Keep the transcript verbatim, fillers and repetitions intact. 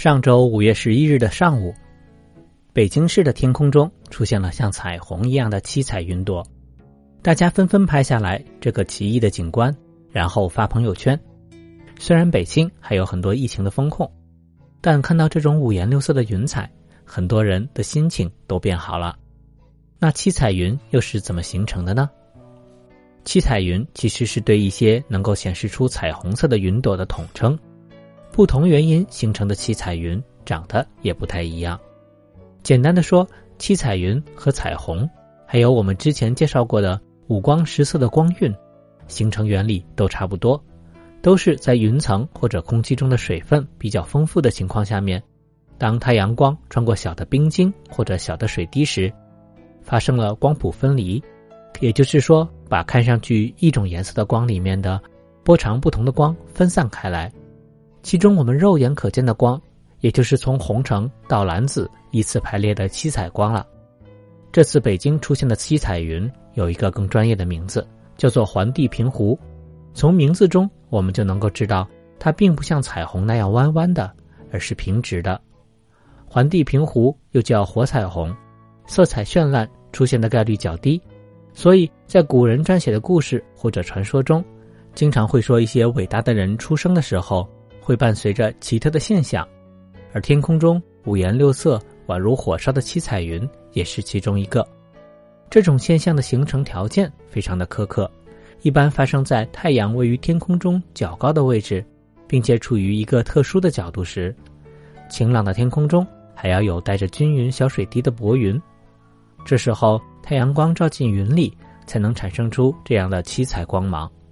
上周五月十一日的上午，北京市的天空中出现了像彩虹一样的七彩云朵，大家纷纷拍下来这个奇异的景观，然后发朋友圈。虽然北京还有很多疫情的风控，但看到这种五颜六色的云彩，很多人的心情都变好了。那七彩云又是怎么形成的呢？七彩云其实是对一些能够显示出彩虹色的云朵的统称，不同原因形成的七彩云长得也不太一样。简单的说，七彩云和彩虹，还有我们之前介绍过的五光十色的光晕，形成原理都差不多，都是在云层或者空气中的水分比较丰富的情况下面，当太阳光穿过小的冰晶或者小的水滴时，发生了光谱分离，也就是说把看上去一种颜色的光里面的波长不同的光分散开来，其中我们肉眼可见的光，也就是从红橙到蓝紫依次排列的七彩光了。这次北京出现的七彩云有一个更专业的名字，叫做环地平湖。从名字中我们就能够知道，它并不像彩虹那样弯弯的，而是平直的。环地平湖又叫火彩虹，色彩绚烂，出现的概率较低，所以在古人撰写的故事或者传说中，经常会说一些伟大的人出生的时候会伴随着奇特的现象，而天空中五颜六色宛如火烧的七彩云也是其中一个。这种现象的形成条件非常的苛刻，一般发生在太阳位于天空中较高的位置，并且处于一个特殊的角度时。晴朗的天空中还要有带着均匀小水滴的薄云，这时候太阳光照进云里，才能产生出这样的七彩光芒。